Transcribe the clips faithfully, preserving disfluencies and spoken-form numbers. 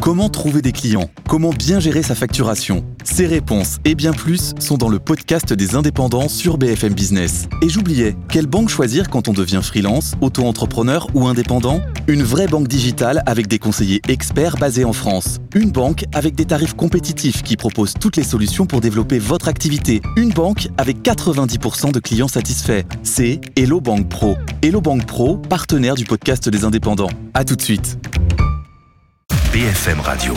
Comment trouver des clients ? Comment bien gérer sa facturation ? Ces réponses et bien plus sont dans le podcast des indépendants sur B F M Business. Et j'oubliais, quelle banque choisir quand on devient freelance, auto-entrepreneur ou indépendant ? Une vraie banque digitale avec des conseillers experts basés en France. Une banque avec des tarifs compétitifs qui propose toutes les solutions pour développer votre activité. Une banque avec quatre-vingt-dix pour cent de clients satisfaits. C'est Hello Bank Pro. Hello Bank Pro, partenaire du podcast des indépendants. À tout de suite. B F M Radio.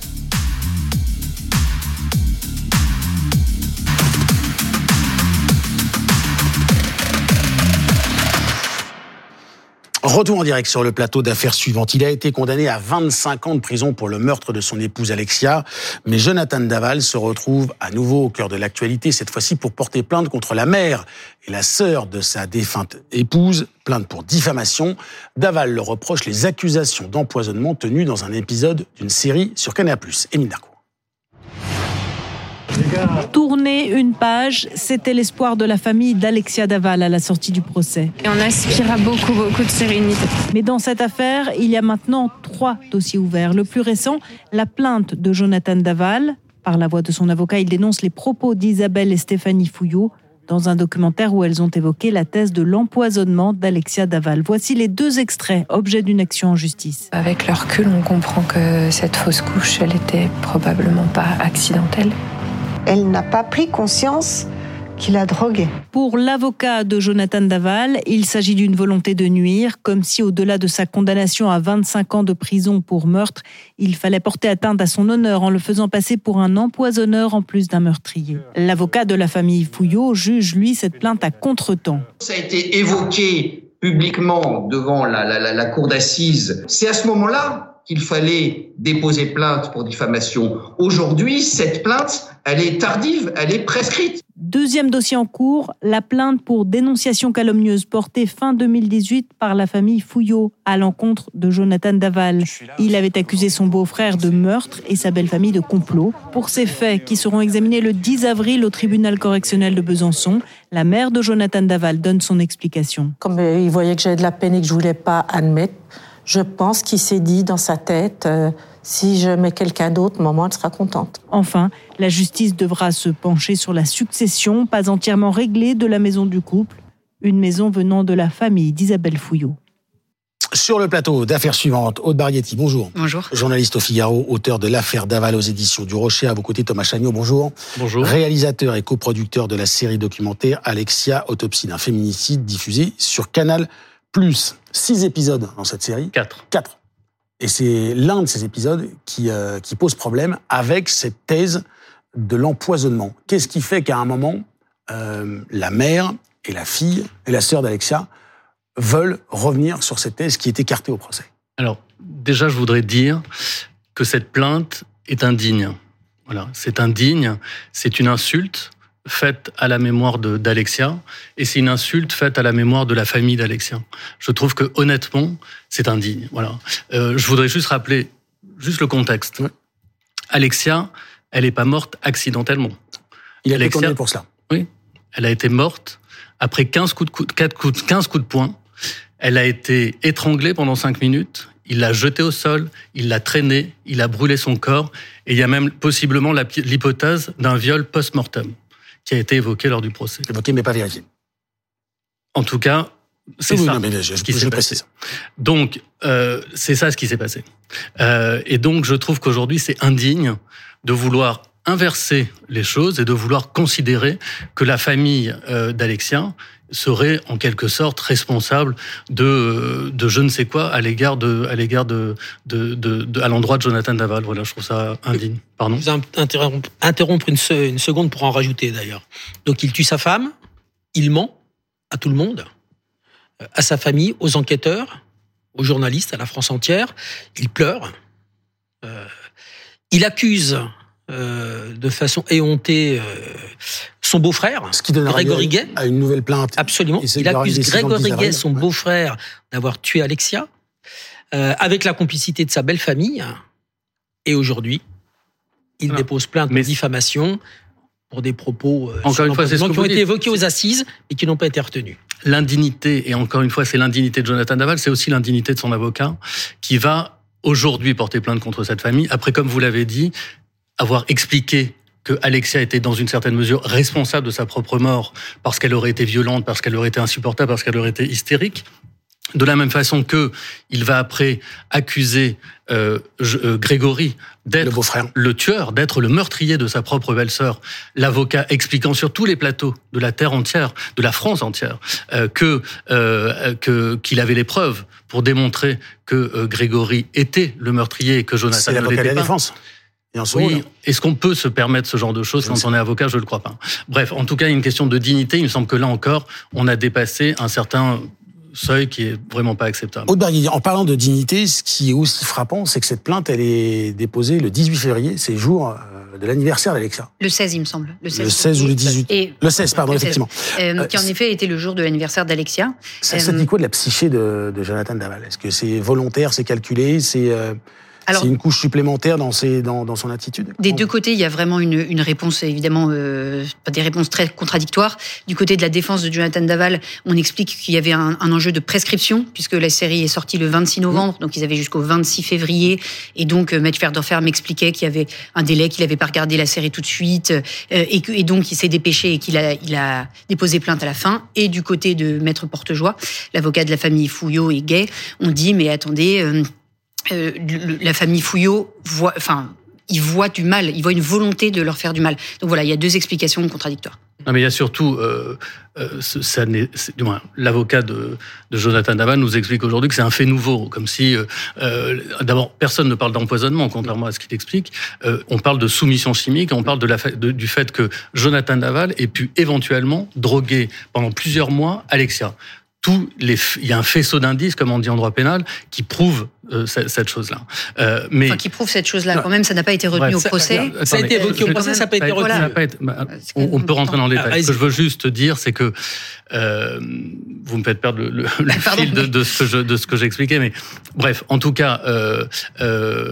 Retour en direct sur le plateau d'affaires suivante. Il a été condamné à vingt-cinq ans de prison pour le meurtre de son épouse Alexia. Mais Jonathan Daval se retrouve à nouveau au cœur de l'actualité, cette fois-ci pour porter plainte contre la mère et la sœur de sa défunte épouse, plainte pour diffamation. Daval leur reproche les accusations d'empoisonnement tenues dans un épisode d'une série sur Canal plus. Émile Darcos. Tourner une page, c'était l'espoir de la famille d'Alexia Daval à la sortie du procès. Et on aspire à beaucoup, beaucoup de sérénité. Mais dans cette affaire, il y a maintenant trois dossiers ouverts. Le plus récent, la plainte de Jonathan Daval. Par la voix de son avocat, il dénonce les propos d'Isabelle et Stéphanie Fouillot dans un documentaire où elles ont évoqué la thèse de l'empoisonnement d'Alexia Daval. Voici les deux extraits, objets d'une action en justice. Avec le recul, on comprend que cette fausse couche, elle était probablement pas accidentelle. Elle n'a pas pris conscience qu'il a drogué. Pour l'avocat de Jonathan Daval, il s'agit d'une volonté de nuire, comme si au-delà de sa condamnation à vingt-cinq ans de prison pour meurtre, il fallait porter atteinte à son honneur en le faisant passer pour un empoisonneur en plus d'un meurtrier. L'avocat de la famille Fouillot juge, lui, cette plainte à contretemps. Ça a été évoqué publiquement devant la, la, la, la cour d'assises. C'est à ce moment-là qu'il fallait déposer plainte pour diffamation. Aujourd'hui, cette plainte, elle est tardive, elle est prescrite. Deuxième dossier en cours, la plainte pour dénonciation calomnieuse portée fin deux mille dix-huit par la famille Fouillot à l'encontre de Jonathan Daval. Il avait accusé son beau-frère de meurtre et sa belle-famille de complot. Pour ces faits qui seront examinés le dix avril au tribunal correctionnel de Besançon, la mère de Jonathan Daval donne son explication. Comme il voyait que j'avais de la peine et que je ne voulais pas admettre, je pense qu'il s'est dit dans sa tête, euh, si je mets quelqu'un d'autre, maman, elle sera contente. Enfin, la justice devra se pencher sur la succession, pas entièrement réglée, de la maison du couple, une maison venant de la famille d'Isabelle Fouillot. Sur le plateau d'affaires suivantes, Aude Barietti, bonjour. Bonjour. Journaliste au Figaro, auteur de l'affaire Daval aux éditions du Rocher. À vos côtés, Thomas Chagnot, bonjour. Bonjour. Réalisateur et coproducteur de la série documentaire Alexia, autopsie d'un féminicide, diffusée sur Canal plus. Six épisodes dans cette série. Quatre. Quatre. Et c'est l'un de ces épisodes qui, euh, qui pose problème avec cette thèse de l'empoisonnement. Qu'est-ce qui fait qu'à un moment, euh, la mère et la fille et la sœur d'Alexia veulent revenir sur cette thèse qui est écartée au procès? Alors, déjà, je voudrais dire que cette plainte est indigne. Voilà, c'est indigne, c'est une insulte faite à la mémoire de, d'Alexia, et c'est une insulte faite à la mémoire de la famille d'Alexia. Je trouve que, honnêtement, c'est indigne. Voilà. Euh, je voudrais juste rappeler juste le contexte. Ouais. Alexia, elle n'est pas morte accidentellement. Il a été Alexia, condamné pour cela. Oui. Elle a été morte après quinze coups de, coups, quatre coups, quinze coups de poing. Elle a été étranglée pendant cinq minutes. Il l'a jetée au sol, il l'a traînée, il a brûlé son corps, et il y a même possiblement la, l'hypothèse d'un viol post-mortem qui a été évoqué lors du procès. Évoqué, mais pas vérifié. En tout cas, c'est oui, ça non, mais je, ce qui je, s'est je passé. précise. Donc, euh, c'est ça ce qui s'est passé. Euh, et donc, je trouve qu'aujourd'hui, c'est indigne de vouloir inverser les choses et de vouloir considérer que la famille euh, d'Alexia serait en quelque sorte responsable de de je ne sais quoi à l'égard de à l'égard de de, de, de à l'endroit de Jonathan Daval. Voilà, je trouve ça indigne. Pardon. Je vais interrompre, interrompre une, se, une seconde pour en rajouter d'ailleurs. Donc il tue sa femme, il ment à tout le monde, à sa famille, aux enquêteurs, aux journalistes, à la France entière. Il pleure. Euh, il accuse euh, de façon éhontée euh, son beau-frère, Ce qui donne Grégory Gay, à une nouvelle plainte. Absolument. Il accuse Grégory Gay, son ouais. beau-frère, d'avoir tué Alexia, euh, avec la complicité de sa belle famille. Et aujourd'hui, il non. dépose plainte de diffamation pour des propos euh, encore une fois, c'est ce que qui ont été évoqués aux assises et qui n'ont pas été retenus. L'indignité, et encore une fois, c'est l'indignité de Jonathan Daval, c'est aussi l'indignité de son avocat, qui va aujourd'hui porter plainte contre cette famille, après, comme vous l'avez dit, avoir expliqué que Alexia était dans une certaine mesure responsable de sa propre mort parce qu'elle aurait été violente, parce qu'elle aurait été insupportable, parce qu'elle aurait été hystérique. De la même façon que il va après accuser euh, euh, Grégory d'être le beau-frère, le tueur, d'être le meurtrier de sa propre belle-sœur. L'avocat expliquant sur tous les plateaux de la terre entière, de la France entière, euh, que euh, que qu'il avait les preuves pour démontrer que euh, Grégory était le meurtrier et que Jonathan c'est ne l'avocat de l'était la pas. défense. Et en ce Oui, moment, est-ce qu'on peut se permettre ce genre de choses quand on est avocat? Je ne le crois pas. Bref, en tout cas, il y a une question de dignité. Il me semble que là encore, on a dépassé un certain seuil qui est vraiment pas acceptable. Aude Barguil, en parlant de dignité, ce qui est aussi frappant, c'est que cette plainte, elle est déposée le dix-huit février, c'est le jour de l'anniversaire d'Alexia. Le seize, il me semble. Le seize, le seize ou le dix-huit. Et, le seize, pardon, le seize. effectivement. Euh, qui en effet était le jour de l'anniversaire d'Alexia. Ça, ça dit quoi de la psyché de, de Jonathan Daval? Est-ce que c'est volontaire, c'est calculé, c'est... Euh... Alors, c'est une couche supplémentaire dans, ses, dans, dans son attitude? Des deux côtés, il y a vraiment une, une réponse, évidemment, euh, des réponses très contradictoires. Du côté de la défense de Jonathan Daval, on explique qu'il y avait un, un enjeu de prescription, puisque la série est sortie le vingt-six novembre, mmh. donc ils avaient jusqu'au vingt-six février, et donc euh, Maître Ferderfer m'expliquait qu'il y avait un délai, qu'il n'avait pas regardé la série tout de suite, euh, et, que, et donc il s'est dépêché et qu'il a, il a déposé plainte à la fin. Et du côté de Maître Portejoie, l'avocat de la famille Fouillot et Gay, on dit, mais attendez... Euh, Euh, la famille Fouillot voit, enfin, ils voient du mal, ils voient une volonté de leur faire du mal. Donc voilà, il y a deux explications contradictoires. Non, mais il y a surtout, euh, euh, ça n'est, du moins, l'avocat de, de Jonathan Daval nous explique aujourd'hui que c'est un fait nouveau, comme si, euh, euh, d'abord, personne ne parle d'empoisonnement, contrairement à ce qu'il explique. Euh, on parle de soumission chimique, on parle de la, de, du fait que Jonathan Daval ait pu éventuellement droguer pendant plusieurs mois Alexia. Tout les, il y a un faisceau d'indices, comme on dit en droit pénal, qui prouve euh, cette, cette chose-là. Euh, mais enfin, qui prouve cette chose-là. Non. Quand même, ça n'a pas été retenu Bref, au procès. Ça, attendez, ça a été évoqué au procès, ça n'a pas été retenu. Voilà. Pas été, bah, on, on peut rentrer dans le détail. Ah, ce que je veux juste dire, c'est que euh, vous me faites perdre le, le, le Pardon, fil de, de ce que je, de ce que j'expliquais. Mais bref, en tout cas. Euh, euh,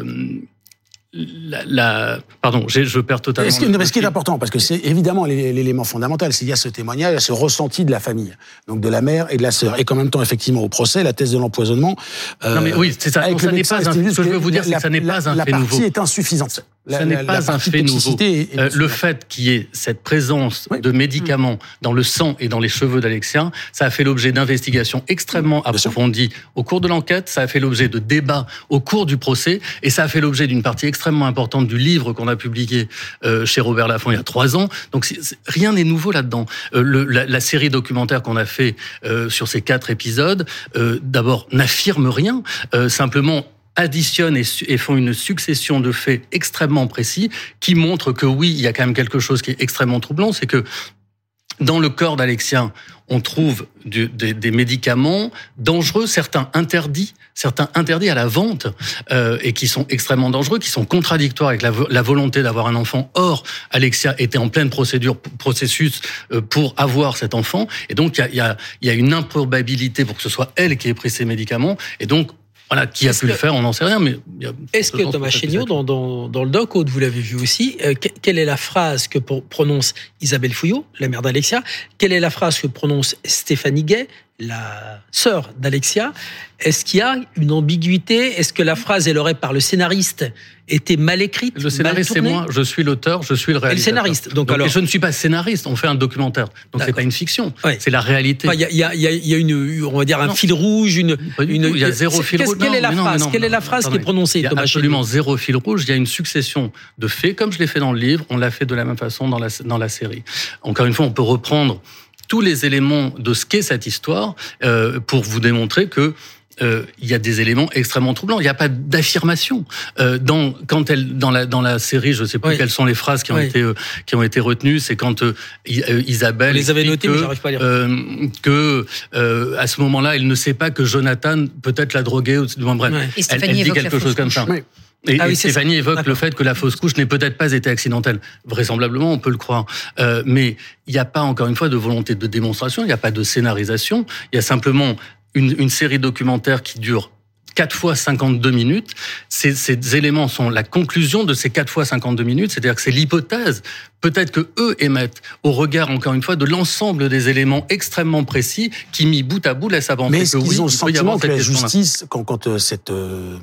La, la, pardon, je perds totalement. Ce qui, le, ce qui est important, parce que c'est évidemment l'élément fondamental, c'est qu'il y a ce témoignage, il y a ce ressenti de la famille, donc de la mère et de la sœur, et qu'en même temps, effectivement, au procès, la thèse de l'empoisonnement. Euh, non mais oui, c'est ça. Non, ça n'est pas un, ce que je veux vous dire, c'est que ça n'est pas un la fait nouveau. La partie est insuffisante. Ça n'est pas un fait nouveau. Euh, le fait qu'il y ait cette présence oui. de médicaments mmh. dans le sang et dans les cheveux d'Alexia, ça a fait l'objet d'investigations extrêmement mmh. approfondies au cours de l'enquête, ça a fait l'objet de débats au cours du procès, et ça a fait l'objet d'une partie extrêmement importante du livre qu'on a publié euh, chez Robert Laffont il y a trois ans. Donc c'est, c'est, rien n'est nouveau là-dedans. Euh, le, la, la série documentaire qu'on a fait euh, sur ces quatre épisodes, euh, d'abord n'affirme rien, euh, simplement additionnent et, et font une succession de faits extrêmement précis qui montrent que oui, il y a quand même quelque chose qui est extrêmement troublant, c'est que dans le corps d'Alexia, on trouve du, des, des médicaments dangereux, certains interdits, certains interdits à la vente, euh, et qui sont extrêmement dangereux, qui sont contradictoires avec la, la volonté d'avoir un enfant. Or, Alexia était en pleine procédure, processus euh, pour avoir cet enfant, et donc il y a, y a, y a une improbabilité pour que ce soit elle qui ait pris ces médicaments, et donc voilà, qui a est-ce pu que, le faire, on n'en sait rien. Mais il y a est-ce que Thomas Chéniaud, dans, dans, dans le doc, Aude, vous l'avez vu aussi, euh, quelle est la phrase que prononce Isabelle Fouillot, la mère d'Alexia? Quelle est la phrase que prononce Stéphanie Gay, la sœur d'Alexia? Est-ce qu'il y a une ambiguïté? Est-ce que la phrase, elle aurait, par le scénariste, été mal écrite? Le scénariste, c'est moi, je suis l'auteur, je suis le réalisateur. Et le scénariste. Donc, donc alors... et je ne suis pas scénariste, on fait un documentaire. Donc D'accord. c'est pas une fiction, ouais. c'est la réalité. Il y a, y a, y a une, on va dire, un non. fil rouge, une, une. Il y a zéro fil rouge. Quelle est la non, phrase? non, Quelle non, est la phrase non, qui est prononcée? Il y a Thomas absolument Chéniaud. Zéro fil rouge. Il y a une succession de faits, comme je l'ai fait dans le livre, on l'a fait de la même façon dans la, dans la série. Encore une fois, on peut reprendre tous les éléments de ce qu'est cette histoire euh, pour vous démontrer que euh, il y a des éléments extrêmement troublants. Il n'y a pas d'affirmation euh, dans quand elle dans la dans la série. Je ne sais plus oui. quelles sont les phrases qui ont oui. été euh, qui ont été retenues. C'est quand euh, Isabelle Vous les avez notées, que, mais j'arrive pas à lire. Euh, que euh, à ce moment-là, elle ne sait pas que Jonathan peut-être l'a droguée. Ou bref, ouais. elle, elle dit quelque chose comme ça. Oui. Et, ah oui, et Stéphanie ça. évoque D'accord. le fait que la fausse couche n'ait peut-être pas été accidentelle. Vraisemblablement, on peut le croire. Euh, mais il n'y a pas, encore une fois, de volonté de démonstration, il n'y a pas de scénarisation, il y a simplement une, une série documentaire qui dure quatre fois cinquante-deux minutes. Ces, ces éléments sont la conclusion de ces quatre fois cinquante-deux minutes, c'est-à-dire que c'est l'hypothèse, peut-être que eux émettent, au regard, encore une fois, de l'ensemble des éléments extrêmement précis qui, mis bout à bout, laissent à penser mais est-ce que qu'ils oui, ont le il peut y avoir sentiment que cette la question-là. justice, quand, quand euh, cette... Euh...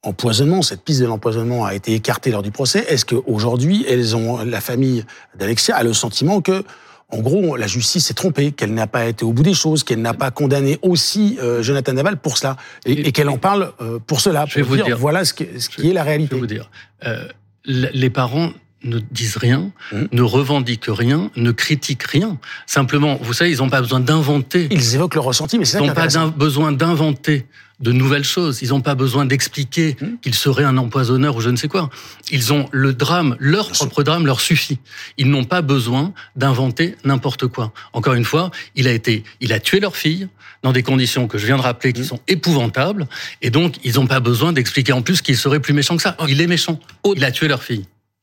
empoisonnement, cette piste de l'empoisonnement a été écartée lors du procès. Est-ce qu'aujourd'hui, elles ont, la famille d'Alexia a le sentiment que, en gros, la justice s'est trompée, qu'elle n'a pas été au bout des choses, qu'elle n'a pas condamné aussi euh, Jonathan Daval pour cela, et, et, et qu'elle en parle euh, pour cela, pour dire, dire, voilà ce, que, ce qui je, est la réalité. Je vais vous dire, euh, les parents ne disent rien, mmh. ne revendiquent rien, ne critiquent rien. Simplement, vous savez, ils n'ont pas besoin d'inventer. Ils évoquent le ressenti, mais c'est ça Ils n'ont pas besoin d'inventer de nouvelles choses. Ils n'ont pas besoin d'expliquer mmh. qu'il serait un empoisonneur ou je ne sais quoi. Ils ont le drame, leur propre drame leur suffit. Ils n'ont pas besoin d'inventer n'importe quoi. Encore une fois, il a été, il a tué leur fille dans des conditions que je viens de rappeler qui mmh. sont épouvantables, et donc ils n'ont pas besoin d'expliquer en plus qu'il serait plus méchant que ça. Il est méchant. Il a tué leur fille.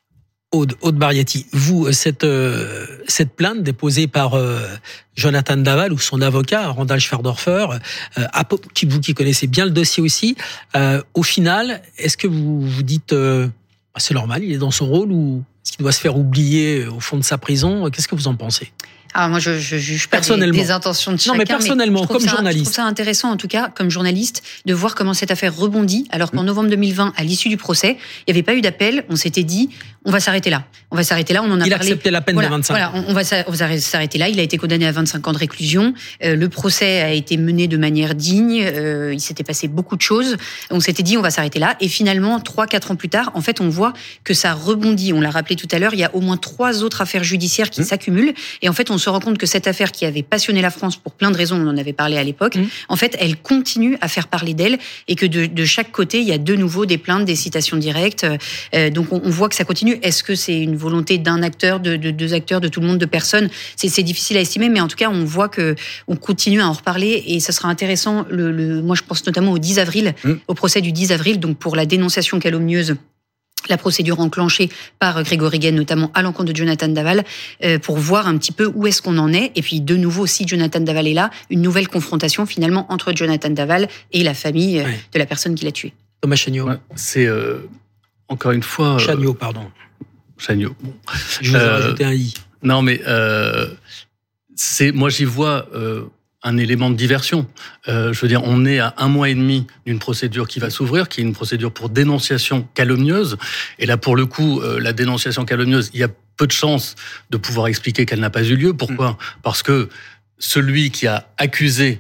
Aude, Aude Barietti, vous, cette, euh, cette plainte déposée par euh, Jonathan Daval ou son avocat, Randall Schwerdorfer, euh, qui, vous qui connaissez bien le dossier aussi, euh, au final, est-ce que vous vous dites euh, c'est normal, il est dans son rôle, ou est-ce qu'il doit se faire oublier au fond de sa prison? Qu'est-ce que vous en pensez? Alors moi, je, je juge pas des, des intentions de chacun. Non, mais personnellement, mais comme ça, journaliste. Je trouve ça intéressant, en tout cas, comme journaliste, de voir comment cette affaire rebondit, alors qu'en novembre deux mille vingt, à l'issue du procès, il n'y avait pas eu d'appel. On s'était dit, on va s'arrêter là. On va s'arrêter là. On en a il parlé. Il acceptait la peine voilà, de vingt-cinq voilà, ans. on va s'arrêter là. Il a été condamné à vingt-cinq ans de réclusion. Euh, le procès a été mené de manière digne. Euh, il s'était passé beaucoup de choses. On s'était dit, on va s'arrêter là. Et finalement, trois, quatre ans plus tard, en fait, on voit que ça rebondit. On l'a rappelé tout à l'heure. Il y a au moins trois autres affaires judiciaires qui mmh. s'accumulent. Et en fait, on se rend compte que cette affaire qui avait passionné la France pour plein de raisons, on en avait parlé à l'époque, mmh. en fait, elle continue à faire parler d'elle, et que de, de chaque côté, il y a de nouveau des plaintes, des citations directes. Euh, donc, on, on voit que ça continue. Est-ce que c'est une volonté d'un acteur, de, de deux acteurs, de tout le monde, de personnes? C'est, c'est difficile à estimer, mais en tout cas, on voit que on continue à en reparler, et ça sera intéressant. Le, le, moi, je pense notamment au dix avril, mmh. au procès du dix avril, donc pour la dénonciation calomnieuse, la procédure enclenchée par Grégory Gaine, notamment à l'encontre de Jonathan Daval, euh, pour voir un petit peu où est-ce qu'on en est. Et puis, de nouveau, si Jonathan Daval est là, une nouvelle confrontation, finalement, entre Jonathan Daval et la famille euh, ouais. de la personne qui l'a tué. Thomas Chagnot. Ouais, c'est, euh, encore une fois... Chagnot, euh, pardon. Chagnot. Bon. Je vous ai euh, rajouté un i. Non, mais euh, c'est, moi, j'y vois... Euh, un élément de diversion. Euh, je veux dire, on est à un mois et demi d'une procédure qui va s'ouvrir, qui est une procédure pour dénonciation calomnieuse. Et là, pour le coup, euh, la dénonciation calomnieuse, il y a peu de chances de pouvoir expliquer qu'elle n'a pas eu lieu. Pourquoi ? mmh. Parce que celui qui a accusé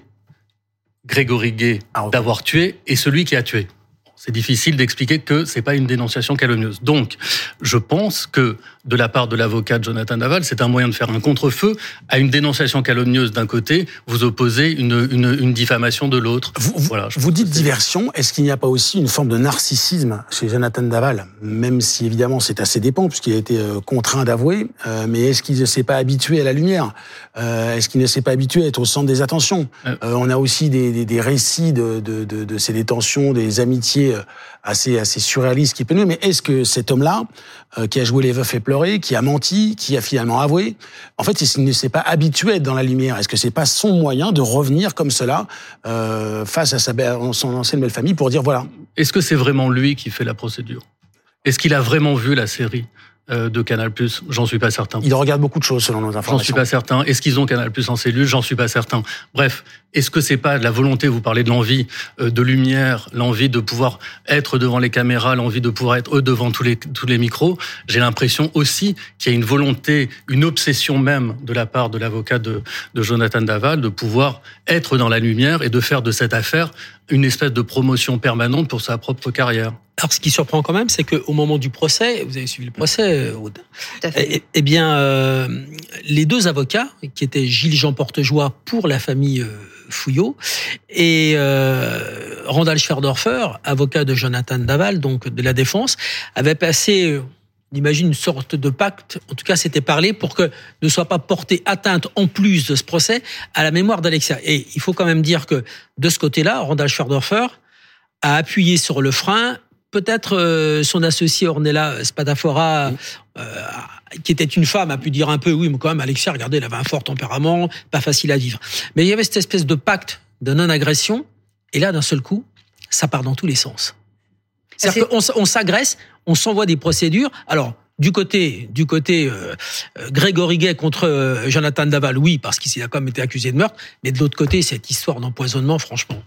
Grégory Gay ah, okay. d'avoir tué est celui qui a tué. C'est difficile d'expliquer que c'est pas une dénonciation calomnieuse. Donc, je pense que de la part de l'avocat de Jonathan Daval, c'est un moyen de faire un contre-feu à une dénonciation calomnieuse d'un côté, vous opposez une, une, une diffamation de l'autre. Vous, voilà, vous dites diversion, est-ce qu'il n'y a pas aussi une forme de narcissisme chez Jonathan Daval ? Même si évidemment c'est assez dépend, puisqu'il a été contraint d'avouer, euh, mais est-ce qu'il ne s'est pas habitué à la lumière ? euh, Est-ce qu'il ne s'est pas habitué à être au centre des attentions ? euh, On a aussi des, des, des récits de, de, de, de ces détentions, des amitiés assez assez surréaliste qui peut nous, mais est-ce que cet homme-là, euh, qui a joué les veufs et pleuré, qui a menti, qui a finalement avoué, en fait, il ne s'est pas habitué à être dans la lumière? Est-ce que c'est pas son moyen de revenir comme cela euh, face à sa, son ancienne belle famille pour dire voilà? Est-ce que c'est vraiment lui qui fait la procédure? Est-ce qu'il a vraiment vu la série de Canal+? J'en suis pas certain. Il regarde beaucoup de choses selon nos informations. J'en suis pas certain. Est-ce qu'ils ont Canal+ en cellule? J'en suis pas certain. Bref, est-ce que c'est pas de la volonté, vous parlez de l'envie de lumière, l'envie de pouvoir être devant les caméras, l'envie de pouvoir être eux devant tous les tous les micros? J'ai l'impression aussi qu'il y a une volonté, une obsession même de la part de l'avocat de, de Jonathan Daval de pouvoir être dans la lumière et de faire de cette affaire une espèce de promotion permanente pour sa propre carrière. Alors, ce qui surprend quand même, c'est qu'au moment du procès, vous avez suivi le procès, Aude, eh, eh bien, euh, les deux avocats, qui étaient Gilles-Jean Portejoie pour la famille euh, Fouillot, et euh, Randall Schwerdorfer, avocat de Jonathan Daval, donc de la défense, avaient passé, on imagine, une sorte de pacte, en tout cas, c'était parlé, pour que ne soit pas porté atteinte, en plus de ce procès, à la mémoire d'Alexia. Et il faut quand même dire que, de ce côté-là, Randall Schwerdorfer a appuyé sur le frein. Peut-être euh, son associé Ornella Spadafora, oui. euh, qui était une femme, a pu dire un peu, oui, mais quand même, Alexia, regardez, elle avait un fort tempérament, pas facile à vivre. Mais il y avait cette espèce de pacte de non-agression, et là, d'un seul coup, ça part dans tous les sens. C'est-à-dire qu'on on s'agresse, on s'envoie des procédures. Alors, du côté, du côté euh, Grégory Gay contre euh, Jonathan Daval, oui, parce qu'il a quand même été accusé de meurtre, mais de l'autre côté, cette histoire d'empoisonnement, franchement...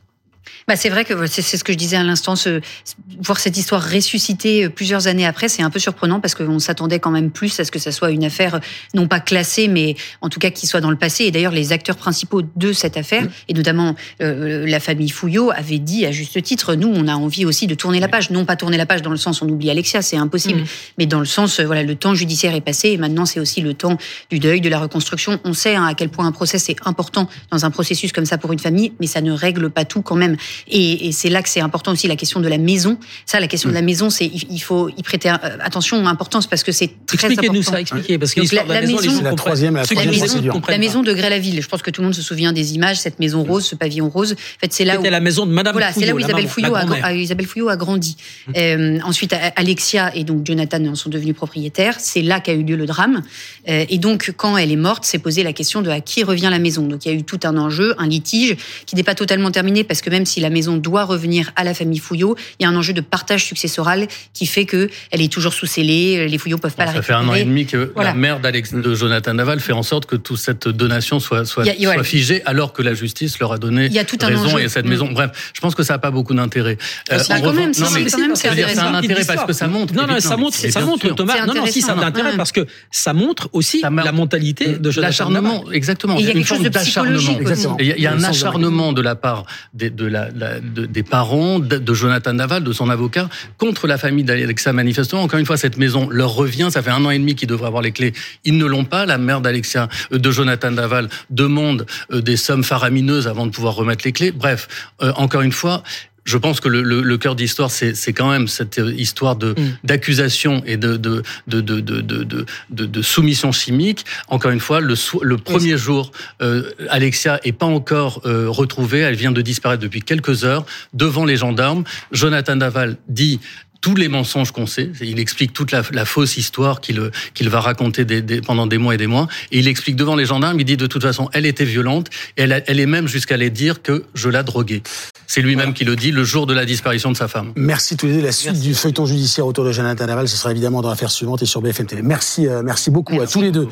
Bah c'est vrai que c'est, c'est ce que je disais à l'instant, ce, voir cette histoire ressuscitée plusieurs années après, c'est un peu surprenant parce qu'on s'attendait quand même plus à ce que ça soit une affaire non pas classée, mais en tout cas qui soit dans le passé. Et d'ailleurs, les acteurs principaux de cette affaire, mmh. et notamment euh, la famille Fouillot, avaient dit à juste titre, nous, on a envie aussi de tourner la page. Non pas tourner la page dans le sens on oublie Alexia, c'est impossible, mmh. mais dans le sens, voilà, le temps judiciaire est passé et maintenant c'est aussi le temps du deuil, de la reconstruction. On sait hein, à quel point un procès c'est important dans un processus comme ça pour une famille, mais ça ne règle pas tout quand même. Et, et c'est là que c'est important aussi la question de la maison. Ça, la question mmh. de la maison, c'est il faut y prêter attention, importance parce que c'est très important. Expliquez-nous ça, expliquez parce que Donc, la, la, maison, c'est la troisième, la troisième la procédure. maison, la maison de Grès-la-Ville. Je pense que tout le monde se souvient des images, cette maison rose, ce pavillon rose. En fait, c'est là C'était où la maison de Madame voilà, Fouillot, c'est là où Isabelle Fouillot, a, a, Isabelle Fouillot a grandi. Mmh. Euh, ensuite, Alexia et donc Jonathan en sont devenus propriétaires. C'est là qu'a eu lieu le drame. Euh, et donc, quand elle est morte, s'est posé la question de à qui revient la maison. Donc, il y a eu tout un enjeu, un litige qui n'est pas totalement terminé parce que même si la maison doit revenir à la famille Fouillot, il y a un enjeu de partage successoral qui fait que elle est toujours sous scellé, les Fouillot peuvent pas bon, la récupérer. Ça fait un an et demi que voilà. la mère d'Alex, de Jonathan Daval fait en sorte que toute cette donation soit, soit, a, soit ouais. figée alors que la justice leur a donné raison et cette mmh. maison. Bref, je pense que ça n'a pas beaucoup d'intérêt. Euh, bah, quand même, non, mais, quand même c'est c'est un intérêt parce que ça montre. Non, non, ça montre, ça montre, Thomas. Non, non, si, ça a d'intérêt parce que ça montre aussi la mentalité de Jonathan L'acharnement, exactement. Il y a quelque chose de psychologique. Il y a un acharnement de la part des, de la, la, de, des parents de, de Jonathan Daval, de son avocat, contre la famille d'Alexia. Manifestement, encore une fois, cette maison leur revient. Ça fait un an et demi qu'ils devraient avoir les clés. Ils ne l'ont pas. La mère d'Alexia, de Jonathan Daval, demande des sommes faramineuses avant de pouvoir remettre les clés. Bref, euh, encore une fois, je pense que le, le, le cœur d'histoire, c'est, c'est quand même cette histoire de, mmh. d'accusation et de, de, de, de, de, de, de, de soumission chimique. Encore une fois, le, le premier oui. jour, euh, Alexia est pas encore euh, retrouvée. Elle vient de disparaître depuis quelques heures devant les gendarmes. Jonathan Daval dit tous les mensonges qu'on sait. Il explique toute la, la fausse histoire qu'il, qu'il va raconter des, des, pendant des mois et des mois. Et il explique devant les gendarmes, il dit de toute façon, elle était violente. Et elle, elle est même jusqu'à aller dire que je la droguais. C'est lui-même voilà. qui le dit le jour de la disparition de sa femme. Merci tous les deux. La suite merci. du feuilleton judiciaire autour de Jonathan Daval, ce sera évidemment dans l'affaire suivante et sur B F M T V. Merci, euh, merci beaucoup merci. à tous les deux.